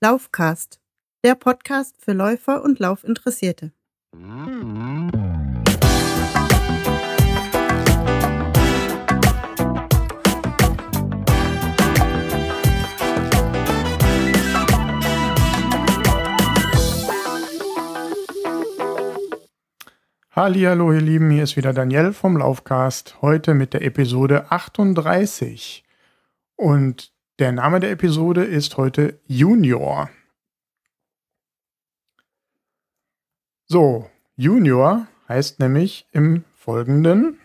Laufcast, der Podcast für Läufer und Laufinteressierte. Hallihallo ihr Lieben, hier ist wieder Daniel vom Laufcast, heute mit der Episode 38. Und der Name der Episode ist heute Junior. So, Junior heißt nämlich im Folgenden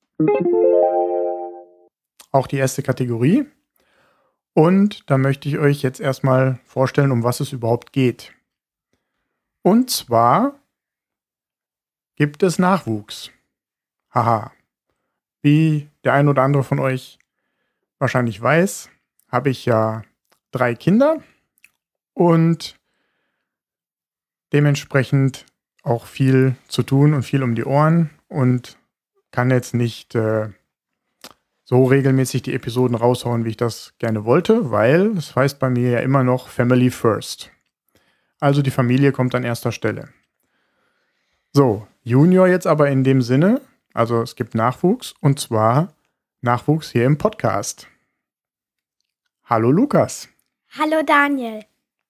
auch die erste Kategorie. Und da möchte ich euch jetzt erstmal vorstellen, um was es überhaupt geht. Und zwar gibt es Nachwuchs. Haha. Wie der ein oder andere von euch wahrscheinlich weiß, habe ich ja 3 Kinder und dementsprechend auch viel zu tun und viel um die Ohren und kann jetzt nicht so regelmäßig die Episoden raushauen, wie ich das gerne wollte, weil es heißt bei mir ja immer noch Family First. Also die Familie kommt an erster Stelle. So, Junior jetzt aber in dem Sinne, also es gibt Nachwuchs und zwar Nachwuchs hier im Podcast. Hallo Lukas. Hallo Daniel.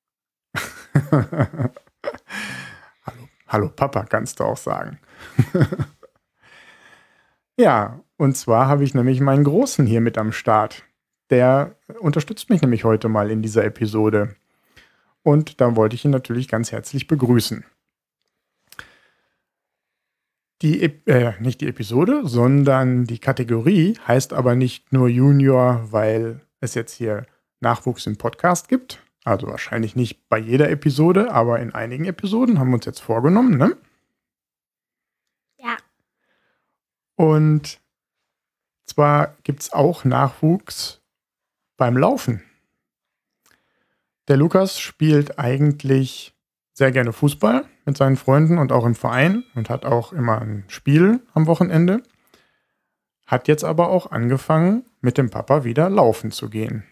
Hallo Papa, kannst du auch sagen. Ja, und zwar habe ich nämlich meinen Großen hier mit am Start. Der unterstützt mich nämlich heute mal in dieser Episode. Und da wollte ich ihn natürlich ganz herzlich begrüßen. Nicht die Episode, sondern die Kategorie heißt aber nicht nur Junior, weil es jetzt hier Nachwuchs im Podcast gibt. Also wahrscheinlich nicht bei jeder Episode, aber in einigen Episoden haben wir uns jetzt vorgenommen, ne? Ja. Und zwar gibt es auch Nachwuchs beim Laufen. Der Lukas spielt eigentlich sehr gerne Fußball mit seinen Freunden und auch im Verein und hat auch immer ein Spiel am Wochenende. Hat jetzt aber auch angefangen, mit dem Papa wieder laufen zu gehen.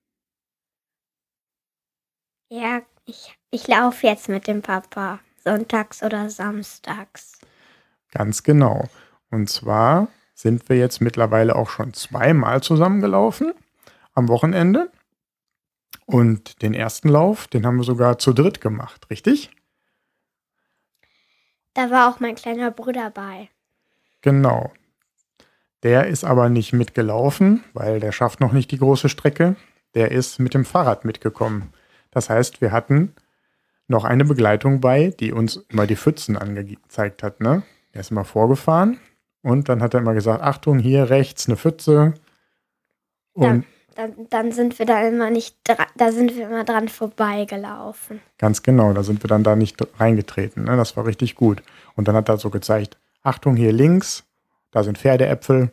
Ja, ich laufe jetzt mit dem Papa, sonntags oder samstags. Ganz genau. Und zwar sind wir jetzt mittlerweile auch schon 2-mal zusammengelaufen am Wochenende. Und den ersten Lauf, den haben wir sogar zu dritt gemacht, richtig? Da war auch mein kleiner Bruder bei. Genau. Der ist aber nicht mitgelaufen, weil der schafft noch nicht die große Strecke. Der ist mit dem Fahrrad mitgekommen. Das heißt, wir hatten noch eine Begleitung bei, die uns immer die Pfützen angezeigt hat, ne? Der ist immer vorgefahren und dann hat er immer gesagt, Achtung, hier rechts eine Pfütze. Und Dann sind wir da immer nicht da sind wir immer dran vorbeigelaufen. ganz genau, da sind wir dann da nicht reingetreten, ne? Das war richtig gut. Und dann hat er so gezeigt, Achtung, hier links, da sind Pferdeäpfel.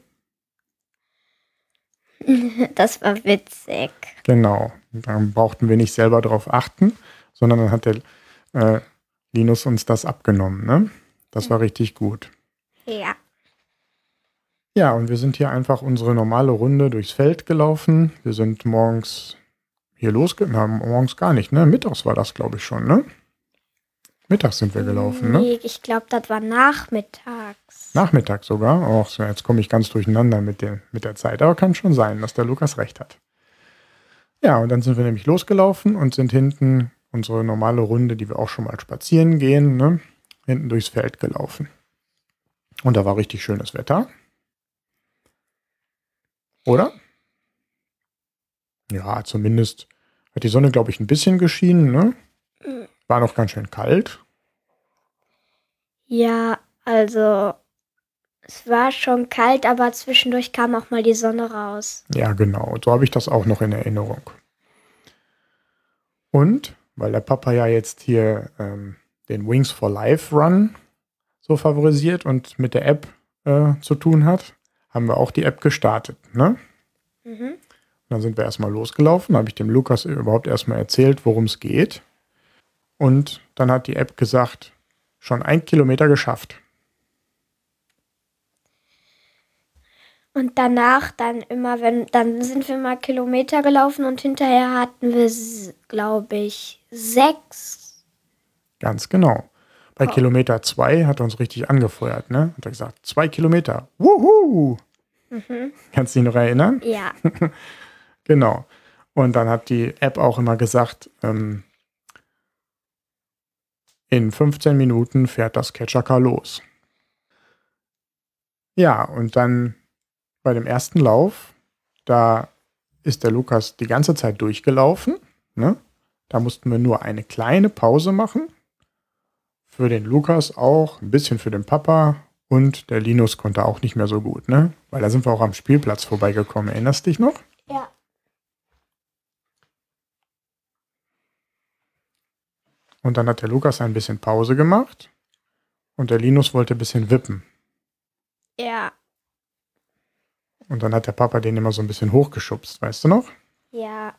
Das war witzig. Genau, dann brauchten wir nicht selber drauf achten, sondern dann hat der Linus uns das abgenommen, ne? Das war richtig gut. Ja. Ja, und wir sind hier einfach unsere normale Runde durchs Feld gelaufen. Wir sind morgens hier morgens gar nicht, ne? Mittags war das, glaube ich, schon, ne? Mittags sind wir gelaufen, ne? Nee, ich glaube, das war nachmittags. Nachmittag sogar. Ach, so, jetzt komme ich ganz durcheinander mit der Zeit. Aber kann schon sein, dass der Lukas recht hat. Ja, und dann sind wir nämlich losgelaufen und sind hinten unsere normale Runde, die wir auch schon mal spazieren gehen, ne? Hinten durchs Feld gelaufen. Und da war richtig schönes Wetter. Oder? Ja, zumindest hat die Sonne, glaube ich, ein bisschen geschienen, ne? War noch ganz schön kalt. Ja, also es war schon kalt, aber zwischendurch kam auch mal die Sonne raus. Ja, genau. So habe ich das auch noch in Erinnerung. Und, weil der Papa ja jetzt hier den Wings for Life Run so favorisiert und mit der App zu tun hat, haben wir auch die App gestartet, ne? Mhm. Dann sind wir erstmal losgelaufen, habe ich dem Lukas überhaupt erstmal erzählt, worum es geht. Und dann hat die App gesagt, schon 1 Kilometer geschafft. Und danach dann immer, dann sind wir mal Kilometer gelaufen und hinterher hatten wir, glaube ich, 6. Ganz genau. Bei Oh. Kilometer 2 hat er uns richtig angefeuert, ne? Hat er gesagt, 2 Kilometer. Wuhu! Kannst du dich noch erinnern? Ja, Genau. Und dann hat die App auch immer gesagt, in 15 Minuten fährt das Catcher-Car los. Ja, und dann bei dem ersten Lauf, da ist der Lukas die ganze Zeit durchgelaufen. Ne? Da mussten wir nur eine kleine Pause machen. Für den Lukas auch, ein bisschen für den Papa. Und der Linus konnte auch nicht mehr so gut, ne? Weil da sind wir auch am Spielplatz vorbeigekommen. Erinnerst du dich noch? ja. Und dann hat der Lukas ein bisschen Pause gemacht. Und der Linus wollte ein bisschen wippen. Ja, Und dann hat der Papa den immer so ein bisschen hochgeschubst, weißt du noch? ja,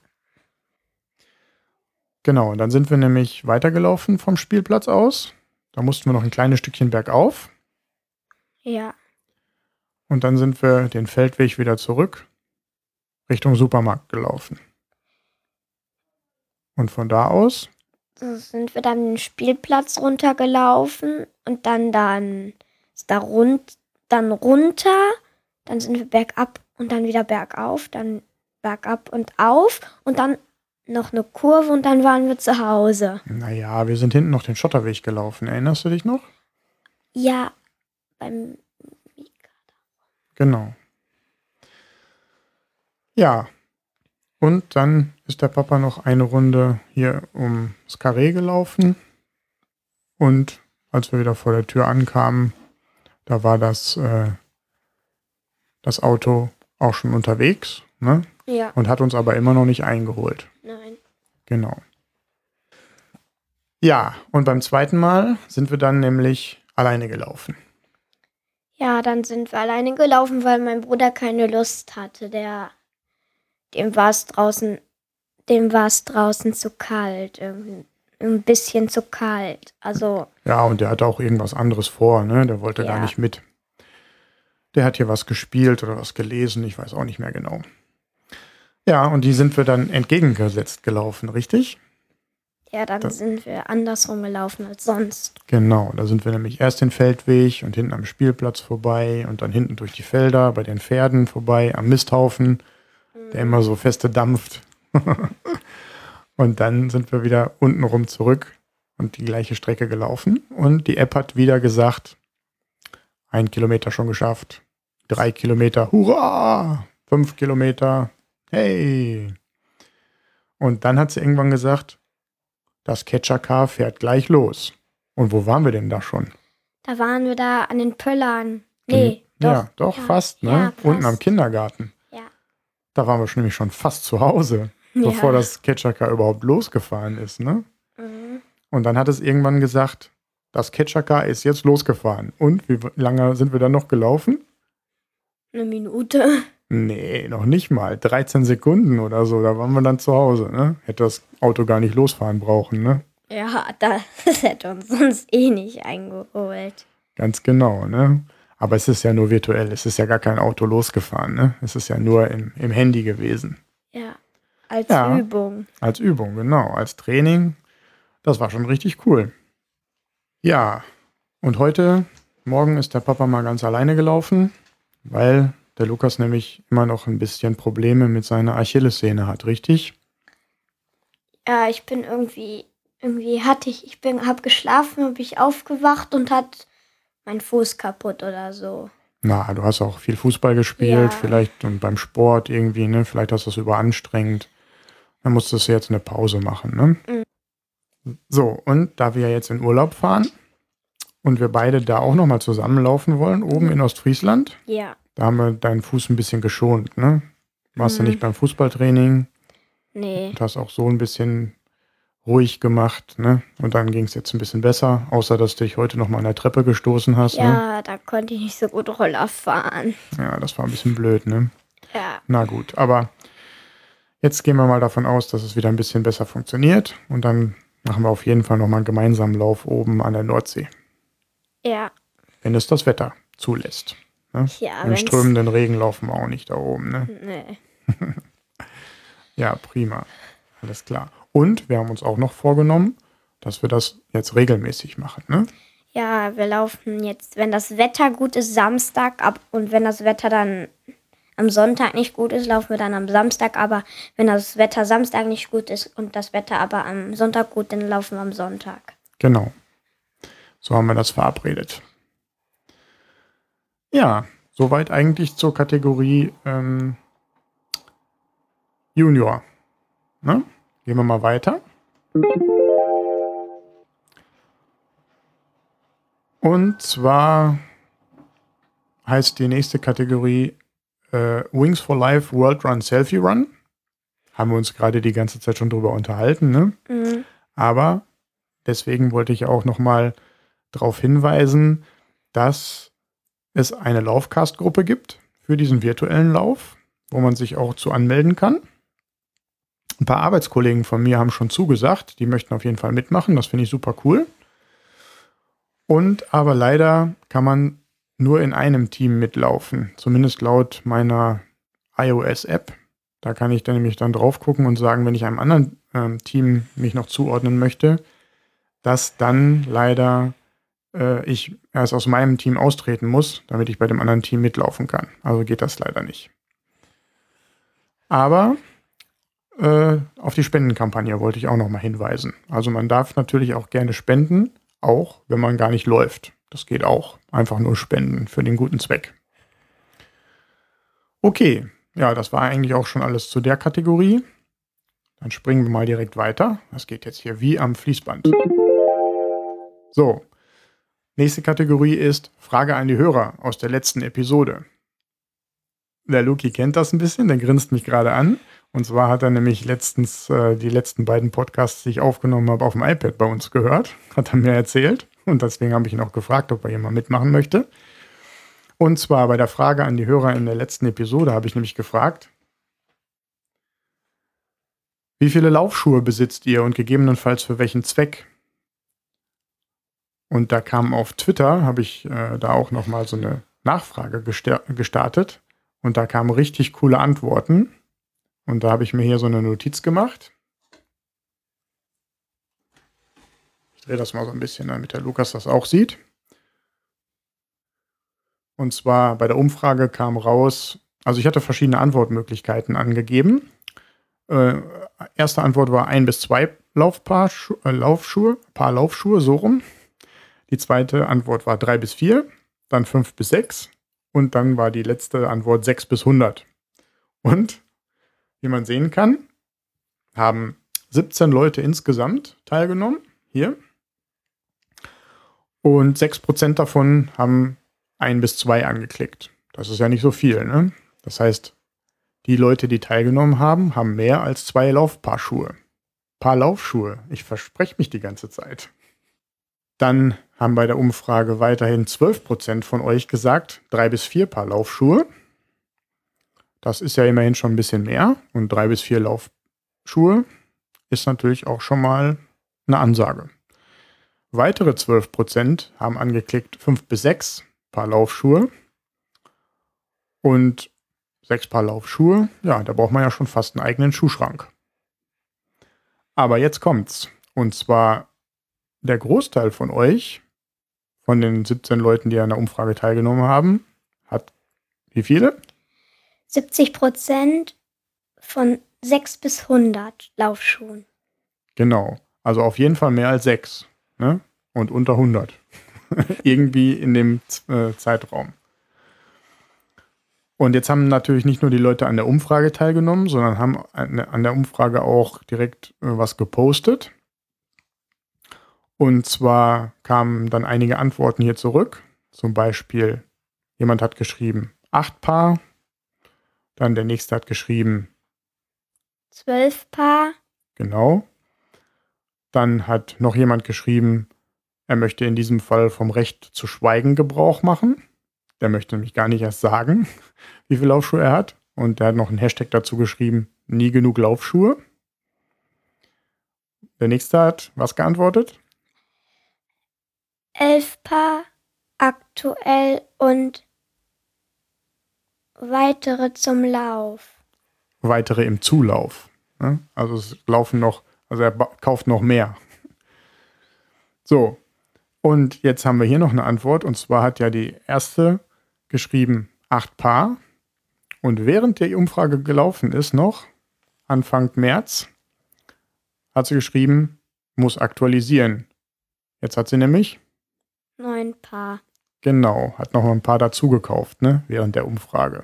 Genau, und dann sind wir nämlich weitergelaufen vom Spielplatz aus. Da mussten wir noch ein kleines Stückchen bergauf. ja. Und dann sind wir den Feldweg wieder zurück Richtung Supermarkt gelaufen. Und von da aus, So sind wir dann den Spielplatz runtergelaufen und dann ist da dann runter, dann sind wir bergab und dann wieder bergauf, dann bergab und auf und dann noch eine Kurve und dann waren wir zu Hause. naja, wir sind hinten noch den Schotterweg gelaufen. Erinnerst du dich noch? Ja, beim Genau. Ja, und dann ist der Papa noch eine Runde hier ums Karree gelaufen. Und als wir wieder vor der Tür ankamen, da war das Auto auch schon unterwegs, ne? Ja, Und hat uns aber immer noch nicht eingeholt. nein. Genau. Ja, und beim zweiten Mal sind wir dann nämlich alleine gelaufen. Ja, dann sind wir alleine gelaufen, weil mein Bruder keine Lust hatte. Dem war es draußen zu kalt. Ein bisschen zu kalt. Also, Ja, und der hatte auch irgendwas anderes vor, ne? Der wollte Ja. gar nicht mit. Der hat hier was gespielt oder was gelesen, ich weiß auch nicht mehr genau. Ja, und die sind wir dann entgegengesetzt gelaufen, richtig? ja, dann sind wir andersrum gelaufen als sonst. Genau, da sind wir nämlich erst den Feldweg und hinten am Spielplatz vorbei und dann hinten durch die Felder bei den Pferden vorbei, am Misthaufen, der immer so feste dampft. Und dann sind wir wieder untenrum zurück und die gleiche Strecke gelaufen. Und die App hat wieder gesagt, 1 Kilometer schon geschafft, 3 Kilometer, hurra, 5 Kilometer, hey. Und dann hat sie irgendwann gesagt, das Catcher-Car fährt gleich los. Und wo waren wir denn da schon? Da waren wir da an den Pöllern. Nee, doch. Ja, doch, Ja, fast, ne? ja, Unten am fast. Kindergarten. Ja. Da waren wir schon nämlich schon fast zu Hause, bevor Ja. das Catcher-Car überhaupt losgefahren ist, ne? Mhm. Und dann hat es irgendwann gesagt, das Catcher-Car ist jetzt losgefahren. Und wie lange sind wir dann noch gelaufen? 1 Minute. Nee, noch nicht mal. 13 Sekunden oder so, da waren wir dann zu Hause, ne? Hätte das Auto gar nicht losfahren brauchen, ne? Ja, das hätte uns sonst eh nicht eingeholt. Ganz genau, ne? Aber es ist ja nur virtuell, es ist ja gar kein Auto losgefahren, ne? Es ist ja nur im Handy gewesen. Ja, als Ja. Übung. Als Übung, genau, als Training. Das war schon richtig cool. Ja, und morgen ist der Papa mal ganz alleine gelaufen, weil der Lukas nämlich immer noch ein bisschen Probleme mit seiner Achillessehne hat, richtig? Ja, ich bin hab geschlafen, hab ich aufgewacht und hat mein Fuß kaputt oder so. Na, du hast auch viel Fußball gespielt, Ja. vielleicht und beim Sport irgendwie, ne? Vielleicht hast du es überanstrengend. Dann musstest du jetzt eine Pause machen, ne? So, und da wir jetzt in Urlaub fahren und wir beide da auch nochmal zusammenlaufen wollen, oben in Ostfriesland, Ja, da haben wir deinen Fuß ein bisschen geschont, ne? Warst du nicht beim Fußballtraining nee. und hast auch so ein bisschen ruhig gemacht, ne? Und dann ging es jetzt ein bisschen besser, außer dass du dich heute nochmal an der Treppe gestoßen hast, ne? Ja, da konnte ich nicht so gut Roller fahren. Ja, das war ein bisschen blöd, ne? Ja, Na gut, aber jetzt gehen wir mal davon aus, dass es wieder ein bisschen besser funktioniert und dann machen wir auf jeden Fall nochmal einen gemeinsamen Lauf oben an der Nordsee, ja, wenn es das Wetter zulässt. Ne? Ja, Im strömenden Regen laufen wir auch nicht da oben. Ne? Nee. Ja, prima. Alles klar. Und wir haben uns auch noch vorgenommen, dass wir das jetzt regelmäßig machen. Ne? Ja, wir laufen jetzt, wenn das Wetter gut ist, Samstag ab. Und wenn das Wetter dann am Sonntag nicht gut ist, laufen wir dann am Samstag. Aber wenn das Wetter Samstag nicht gut ist und das Wetter aber am Sonntag gut, dann laufen wir am Sonntag. Genau. So haben wir das verabredet. Ja, soweit eigentlich zur Kategorie Junior. Ne? Gehen wir mal weiter. Und zwar heißt die nächste Kategorie Wings for Life World Run Selfie Run. Haben wir uns gerade die ganze Zeit schon drüber unterhalten, ne? Mhm. Aber deswegen wollte ich auch nochmal darauf hinweisen, dass es eine Laufcast-Gruppe gibt für diesen virtuellen Lauf, wo man sich auch zu anmelden kann. Ein paar Arbeitskollegen von mir haben schon zugesagt, die möchten auf jeden Fall mitmachen, das finde ich super cool. Und aber leider kann man nur in einem Team mitlaufen, zumindest laut meiner iOS-App. Da kann ich dann nämlich drauf gucken und sagen, wenn ich einem anderen Team mich noch zuordnen möchte, dass dann leider ich erst aus meinem Team austreten muss, damit ich bei dem anderen Team mitlaufen kann. Also geht das leider nicht. Aber auf die Spendenkampagne wollte ich auch noch mal hinweisen. Also man darf natürlich auch gerne spenden, auch wenn man gar nicht läuft. Das geht auch. Einfach nur spenden für den guten Zweck. Okay, ja, das war eigentlich auch schon alles zu der Kategorie. Dann springen wir mal direkt weiter. Das geht jetzt hier wie am Fließband. So, nächste Kategorie ist Frage an die Hörer aus der letzten Episode. Der Luki kennt das ein bisschen, der grinst mich gerade an. Und zwar hat er nämlich letztens die letzten beiden Podcasts, die ich aufgenommen habe, auf dem iPad bei uns gehört. Hat er mir erzählt. Und deswegen habe ich ihn auch gefragt, ob er hier mal mitmachen möchte. Und zwar bei der Frage an die Hörer in der letzten Episode habe ich nämlich gefragt, wie viele Laufschuhe besitzt ihr und gegebenenfalls für welchen Zweck? Und da kam auf Twitter, habe ich da auch nochmal so eine Nachfrage gestartet. Und da kamen richtig coole Antworten. Und da habe ich mir hier so eine Notiz gemacht. Ich drehe das mal so ein bisschen, damit der Lukas das auch sieht. Und zwar bei der Umfrage kam raus, also ich hatte verschiedene Antwortmöglichkeiten angegeben. Erste Antwort war 1 bis 2 Laufschuhe, Paar Laufschuhe, so rum. Die zweite Antwort war 3 bis 4, dann 5 bis 6 und dann war die letzte Antwort 6 bis 100. Und wie man sehen kann, haben 17 Leute insgesamt teilgenommen, hier. Und 6% davon haben 1 bis 2 angeklickt. Das ist ja nicht so viel, ne? Das heißt, die Leute, die teilgenommen haben, haben mehr als 2 Laufpaarschuhe. Paar Laufschuhe. Ich verspreche mich die ganze Zeit. Dann haben bei der Umfrage weiterhin 12% von euch gesagt, 3 bis 4 Paar Laufschuhe. Das ist ja immerhin schon ein bisschen mehr. Und 3 bis 4 Laufschuhe ist natürlich auch schon mal eine Ansage. Weitere 12% haben angeklickt 5 bis 6 Paar Laufschuhe. Und 6 Paar Laufschuhe, ja, da braucht man ja schon fast einen eigenen Schuhschrank. Aber jetzt kommt's. Und zwar der Großteil von euch, von den 17 Leuten, die an der Umfrage teilgenommen haben, hat wie viele? 70% von 6 bis 100 Laufschuhen. Genau. Also auf jeden Fall mehr als 6. Ne? Und unter 100. Irgendwie in dem Zeitraum. Und jetzt haben natürlich nicht nur die Leute an der Umfrage teilgenommen, sondern haben an der Umfrage auch direkt was gepostet. Und zwar kamen dann einige Antworten hier zurück. Zum Beispiel, jemand hat geschrieben 8 Paar. Dann der nächste hat geschrieben 12 Paar. Genau. Dann hat noch jemand geschrieben, er möchte in diesem Fall vom Recht zu schweigen Gebrauch machen. Der möchte nämlich gar nicht erst sagen, wie viele Laufschuhe er hat. Und der hat noch einen Hashtag dazu geschrieben, nie genug Laufschuhe. Der nächste hat was geantwortet? 11 Paar aktuell und Weitere zum Lauf. Weitere im Zulauf. Ne? Also es laufen noch, also er kauft noch mehr. So, und jetzt haben wir hier noch eine Antwort. Und zwar hat ja die erste geschrieben 8 Paar. Und während die Umfrage gelaufen ist noch, Anfang März, hat sie geschrieben, muss aktualisieren. Jetzt hat sie nämlich 9 Paar. Genau, hat noch mal ein paar dazu gekauft, ne, während der Umfrage.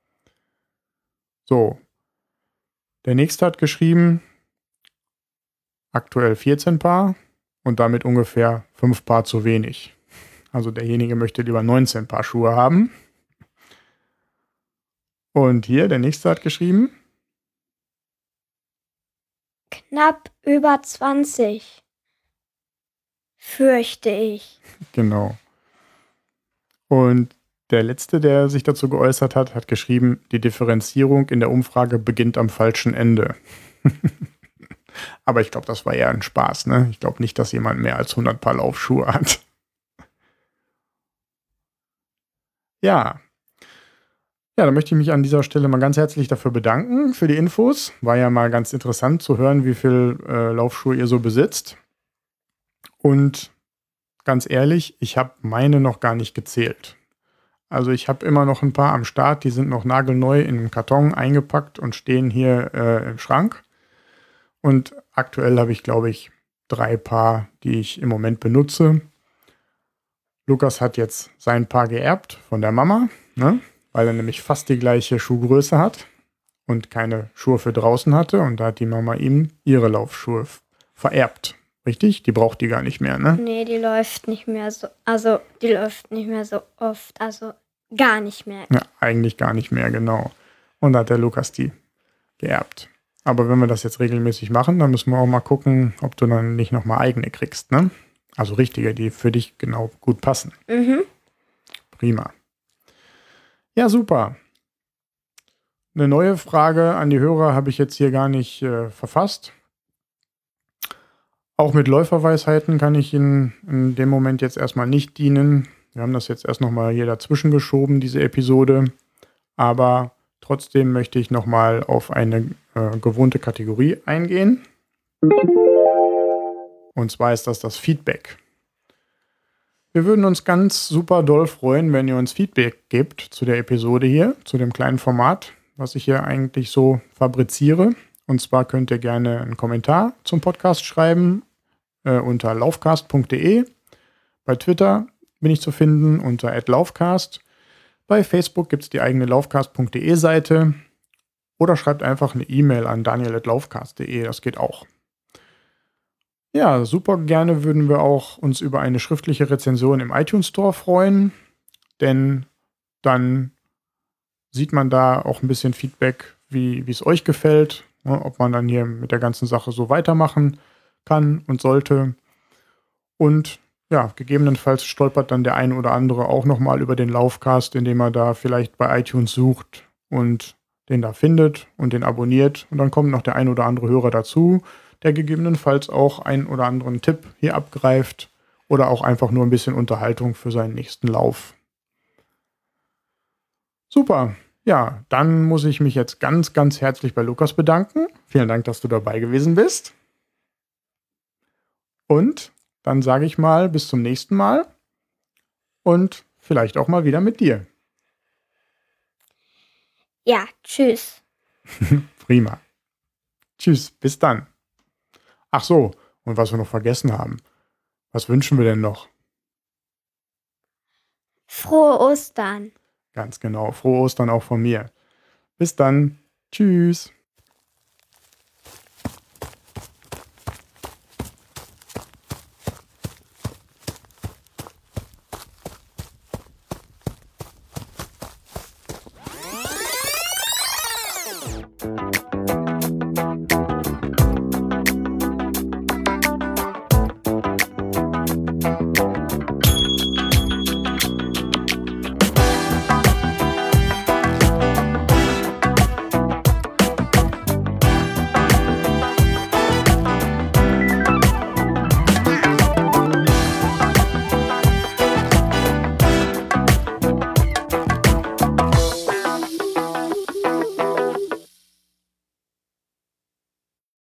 So, der nächste hat geschrieben, aktuell 14 Paar und damit ungefähr 5 Paar zu wenig. Also derjenige möchte lieber 19 Paar Schuhe haben. Und hier, der nächste hat geschrieben, Knapp über 20. Fürchte ich. genau. Und der letzte, der sich dazu geäußert hat, hat geschrieben, die Differenzierung in der Umfrage beginnt am falschen Ende. Aber ich glaube, das war eher ein Spaß, ne? Ich glaube nicht, dass jemand mehr als 100 Paar Laufschuhe hat. Ja. Ja, da möchte ich mich an dieser Stelle mal ganz herzlich dafür bedanken, für die Infos. War ja mal ganz interessant zu hören, wie viel Laufschuhe ihr so besitzt. Und ganz ehrlich, ich habe meine noch gar nicht gezählt. Also ich habe immer noch ein paar am Start, die sind noch nagelneu in einen Karton eingepackt und stehen hier im Schrank. Und aktuell habe ich, glaube ich, 3 Paar, die ich im Moment benutze. Lukas hat jetzt sein Paar geerbt von der Mama, ne? Weil er nämlich fast die gleiche Schuhgröße hat und keine Schuhe für draußen hatte. Und da hat die Mama ihm ihre Laufschuhe vererbt. Richtig? Die braucht die gar nicht mehr, ne? Nee, die läuft nicht mehr so. Also, die läuft nicht mehr so oft. Also, gar nicht mehr. Ja, eigentlich gar nicht mehr, genau. Und da hat der Lukas die geerbt. Aber wenn wir das jetzt regelmäßig machen, dann müssen wir auch mal gucken, ob du dann nicht nochmal eigene kriegst, ne? Also richtige, die für dich genau gut passen. Mhm. Prima. Ja, super. Eine neue Frage an die Hörer habe ich jetzt hier gar nicht verfasst. Auch mit Läuferweisheiten kann ich Ihnen in dem Moment jetzt erstmal nicht dienen. Wir haben das jetzt erst nochmal hier dazwischen geschoben, diese Episode. Aber trotzdem möchte ich nochmal auf eine gewohnte Kategorie eingehen. Und zwar ist das Feedback. Wir würden uns ganz super doll freuen, wenn ihr uns Feedback gebt zu der Episode hier, zu dem kleinen Format, was ich hier eigentlich so fabriziere. Und zwar könnt ihr gerne einen Kommentar zum Podcast schreiben unter laufcast.de. Bei Twitter bin ich zu finden unter @laufcast. Bei Facebook gibt es die eigene laufcast.de Seite. Oder schreibt einfach eine E-Mail an daniel@laufcast.de, das geht auch. Ja, super gerne würden wir auch uns über eine schriftliche Rezension im iTunes Store freuen, denn dann sieht man da auch ein bisschen Feedback, wie es euch gefällt, ne, ob man dann hier mit der ganzen Sache so weitermachen kann und sollte. Und ja, gegebenenfalls stolpert dann der ein oder andere auch nochmal über den Laufcast, indem er da vielleicht bei iTunes sucht und den da findet und den abonniert. Und dann kommt noch der ein oder andere Hörer dazu, der gegebenenfalls auch einen oder anderen Tipp hier abgreift oder auch einfach nur ein bisschen Unterhaltung für seinen nächsten Lauf. Super. Ja, dann muss ich mich jetzt ganz, ganz herzlich bei Lukas bedanken. Vielen Dank, dass du dabei gewesen bist. Und dann sage ich mal bis zum nächsten Mal und vielleicht auch mal wieder mit dir. Ja, tschüss. Prima. Tschüss, bis dann. Ach so, und was wir noch vergessen haben. Was wünschen wir denn noch? Frohe Ostern. Ganz genau, frohe Ostern auch von mir. Bis dann. Tschüss.